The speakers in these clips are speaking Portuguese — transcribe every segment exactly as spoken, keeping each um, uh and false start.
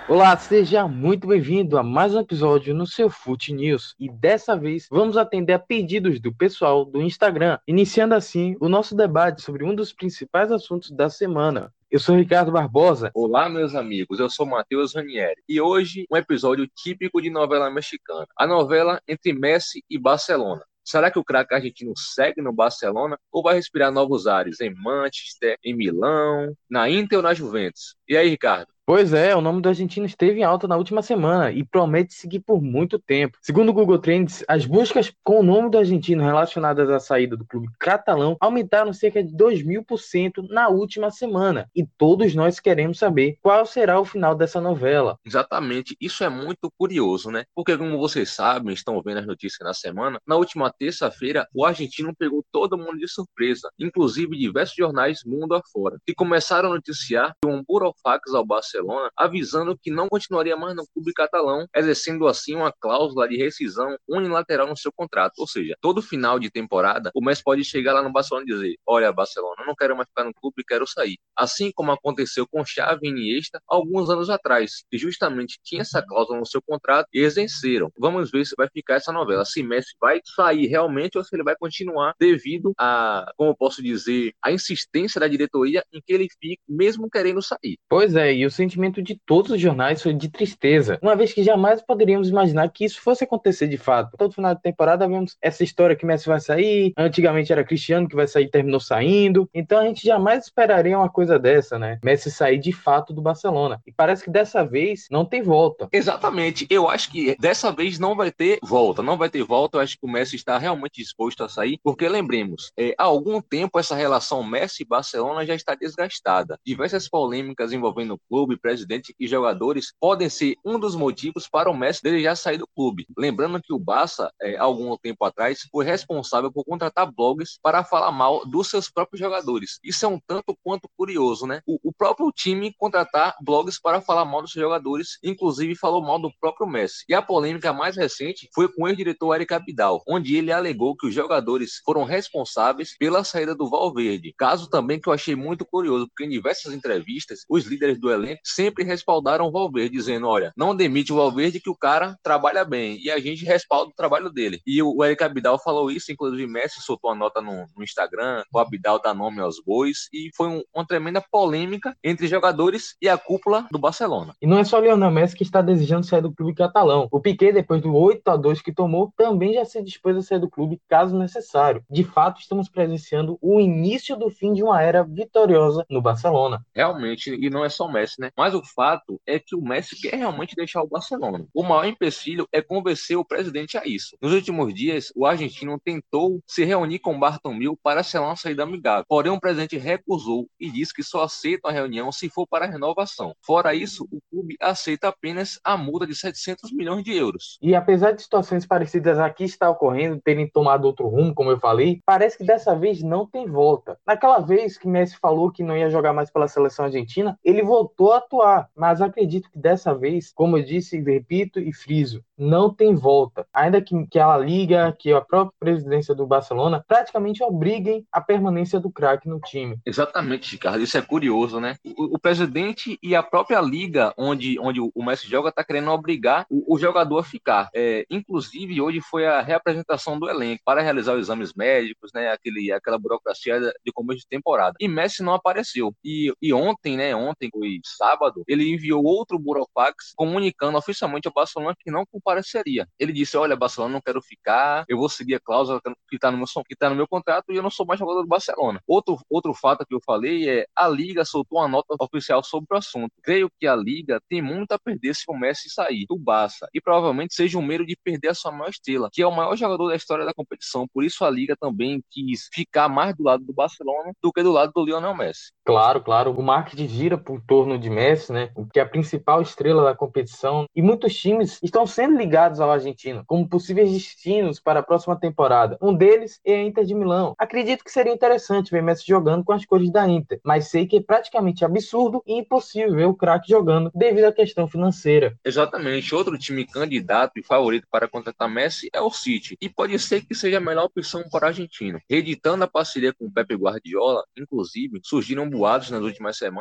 Olá, seja muito bem-vindo a mais um episódio no seu Fute News. E dessa vez vamos atender a pedidos do pessoal do Instagram, iniciando assim o nosso debate sobre um dos principais assuntos da semana. Eu sou Ricardo Barbosa. Olá, meus amigos, eu sou Matheus Ranieri e hoje um episódio típico de novela mexicana, a novela entre Messi e Barcelona. Será que o craque argentino segue no Barcelona ou vai respirar novos ares em Manchester, em Milão, na Inter ou na Juventus? E aí, Ricardo? Pois é, o nome do argentino esteve em alta na última semana e promete seguir por muito tempo. Segundo o Google Trends, as buscas com o nome do argentino relacionadas à saída do clube catalão aumentaram cerca de dois mil por cento na última semana. E todos nós queremos saber qual será o final dessa novela. Exatamente, isso é muito curioso, né? Porque, como vocês sabem, estão vendo as notícias na semana, na última terça-feira, o argentino pegou todo mundo de surpresa, inclusive diversos jornais mundo afora, que começaram a noticiar um burofax ao Barcelona, avisando que não continuaria mais no clube catalão, exercendo assim uma cláusula de rescisão unilateral no seu contrato. Ou seja, todo final de temporada, o Messi pode chegar lá no Barcelona e dizer: olha, Barcelona, eu não quero mais ficar no clube, quero sair. Assim como aconteceu com Xavi e Iniesta alguns anos atrás, que justamente tinha essa cláusula no seu contrato e eles venceram. Vamos ver se vai ficar essa novela, se Messi vai sair realmente ou se ele vai continuar devido a, como eu posso dizer, a insistência da diretoria em que ele fique, mesmo querendo sair. Pois é, e o sentimento de todos os jornais foi de tristeza, uma vez que jamais poderíamos imaginar que isso fosse acontecer de fato. Todo final de temporada vemos essa história que Messi vai sair, antigamente era Cristiano que vai sair e terminou saindo, então a gente jamais esperaria uma coisa dessa, né? Messi sair de fato do Barcelona. E parece que dessa vez não tem volta. Exatamente, eu acho que dessa vez não vai ter volta, não vai ter volta, eu acho que o Messi está realmente disposto a sair, porque lembremos, é, há algum tempo essa relação Messi-Barcelona já está desgastada. Diversas polêmicas envolvendo o clube, presidente e jogadores podem ser um dos motivos para o Messi desejar sair do clube. Lembrando que o Barça, é, há algum tempo atrás, foi responsável por contratar blogs para falar mal dos seus próprios jogadores. Isso é um tanto quanto curioso, né? O, o próprio time contratar blogs para falar mal dos seus jogadores, inclusive falou mal do próprio Messi. E a polêmica mais recente foi com o ex-diretor Eric Abidal, onde ele alegou que os jogadores foram responsáveis pela saída do Valverde. Caso também que eu achei muito curioso, porque em diversas entrevistas, os líderes do elenco sempre respaldaram o Valverde, dizendo: olha, não demite o Valverde que o cara trabalha bem, e a gente respalda o trabalho dele. E o Eric Abidal falou isso, inclusive Messi soltou a nota no, no Instagram, o Abidal dá nome aos bois, e foi um, uma tremenda polêmica entre jogadores e a cúpula do Barcelona. E não é só Lionel Messi que está desejando sair do clube catalão. O Piquet, depois do oito a dois que tomou, também já se dispôs a sair do clube caso necessário. De fato, estamos presenciando o início do fim de uma era vitoriosa no Barcelona. Realmente, e não é só o Messi, né? Mas o fato é que o Messi quer realmente deixar o Barcelona. O maior empecilho é convencer o presidente a isso. Nos últimos dias, o argentino tentou se reunir com Bartomeu para selar uma saída amigável. Porém, o presidente recusou e disse que só aceita a reunião se for para a renovação. Fora isso, o clube aceita apenas a multa de setecentos milhões de euros. E apesar de situações parecidas aqui estar ocorrendo, terem tomado outro rumo, como eu falei, parece que dessa vez não tem volta. Naquela vez que Messi falou que não ia jogar mais pela seleção argentina, ele voltou a atuar, mas acredito que dessa vez, como eu disse, repito e friso, não tem volta. Ainda que, que a Liga, que a própria presidência do Barcelona praticamente obriguem a permanência do craque no time. Exatamente, Ricardo. Isso é curioso, né? O, o presidente e a própria liga onde, onde o Messi joga está querendo obrigar o, o jogador a ficar. É, inclusive, hoje foi a reapresentação do elenco para realizar os exames médicos, né? Aquele, aquela burocracia de começo de temporada. E Messi não apareceu. E, e ontem, né? Ontem, foi sábado, ele enviou outro burofax comunicando oficialmente ao Barcelona que não compareceria. Ele disse: olha, Barcelona, não quero ficar, eu vou seguir a cláusula que está no meu, que tá no meu contrato e eu não sou mais jogador do Barcelona. Outro, outro fato que eu falei é: a Liga soltou uma nota oficial sobre o assunto. Creio que a Liga tem muito a perder se o Messi sair do Barça e provavelmente seja um medo de perder a sua maior estrela, que é o maior jogador da história da competição. Por isso a Liga também quis ficar mais do lado do Barcelona do que do lado do Lionel Messi. Claro, claro, o marketing gira por torno de Messi, né? O que é a principal estrela da competição. E muitos times estão sendo ligados ao argentino como possíveis destinos para a próxima temporada. Um deles é a Inter de Milão. Acredito que seria interessante ver Messi jogando com as cores da Inter, mas sei que é praticamente absurdo e impossível ver o craque jogando devido à questão financeira. Exatamente. Outro time candidato e favorito para contratar Messi é o City. E pode ser que seja a melhor opção para o argentino. Reeditando a parceria com o Pepe Guardiola, inclusive, surgiram boatos nas últimas semanas que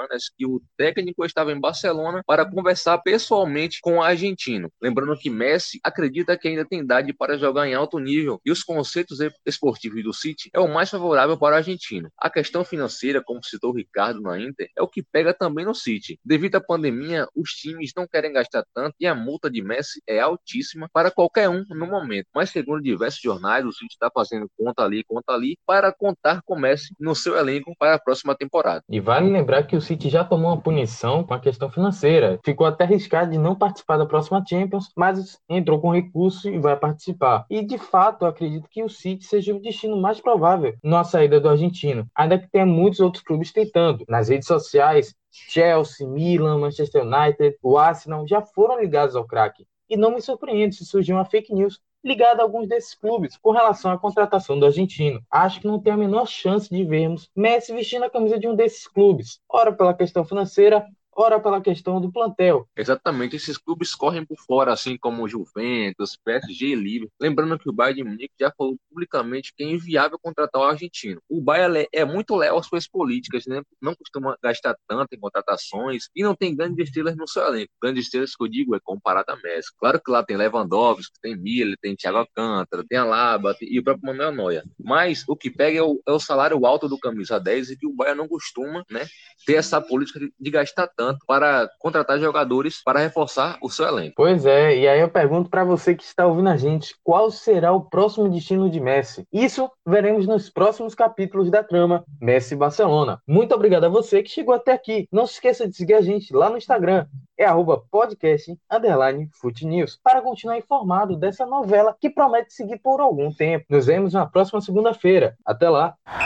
o técnico estava em Barcelona para conversar pessoalmente com o argentino. Lembrando que Messi acredita que ainda tem idade para jogar em alto nível e os conceitos esportivos do City é o mais favorável para o argentino. A questão financeira, como citou o Ricardo na Inter, é o que pega também no City. Devido à pandemia, os times não querem gastar tanto e a multa de Messi é altíssima para qualquer um no momento. Mas segundo diversos jornais, o City está fazendo conta ali, conta ali, para contar com Messi no seu elenco para a próxima temporada. E vale lembrar que o City já tomou uma punição com a questão financeira. Ficou até arriscado de não participar da próxima Champions, mas entrou com recurso e vai participar. E de fato, eu acredito que o City seja o destino mais provável na saída do argentino, ainda que tenha muitos outros clubes tentando. Nas redes sociais, Chelsea, Milan, Manchester United, o Arsenal já foram ligados ao craque. E não me surpreende se surgir uma fake news ligada a alguns desses clubes com relação à contratação do argentino. Acho que não tem a menor chance de vermos Messi vestindo a camisa de um desses clubes, ora pela questão financeira, ora pela questão do plantel. Exatamente, esses clubes correm por fora, assim como o Juventus, P S G e Liverpool. Lembrando que o Bayern de Munique já falou publicamente que é inviável contratar o argentino. O Bayern é muito leal às suas políticas, né? Não costuma gastar tanto em contratações e não tem grandes estrelas no seu elenco. Grandes estrelas que eu digo é comparado a Messi. Claro que lá tem Lewandowski, tem Miller, tem Thiago Alcântara, tem Alaba e o próprio Manuel Neuer. Mas o que pega é o, é o salário alto do camisa dez e que o Bayern não costuma, né, ter essa política de, de gastar tanto para contratar jogadores para reforçar o seu elenco. Pois é, e aí eu pergunto para você que está ouvindo a gente, qual será o próximo destino de Messi? Isso veremos nos próximos capítulos da trama Messi Barcelona. Muito obrigado a você que chegou até aqui. Não se esqueça de seguir a gente lá no Instagram, é arroba podcast underline FUTNews, para continuar informado dessa novela que promete seguir por algum tempo. Nos vemos na próxima segunda-feira. Até lá!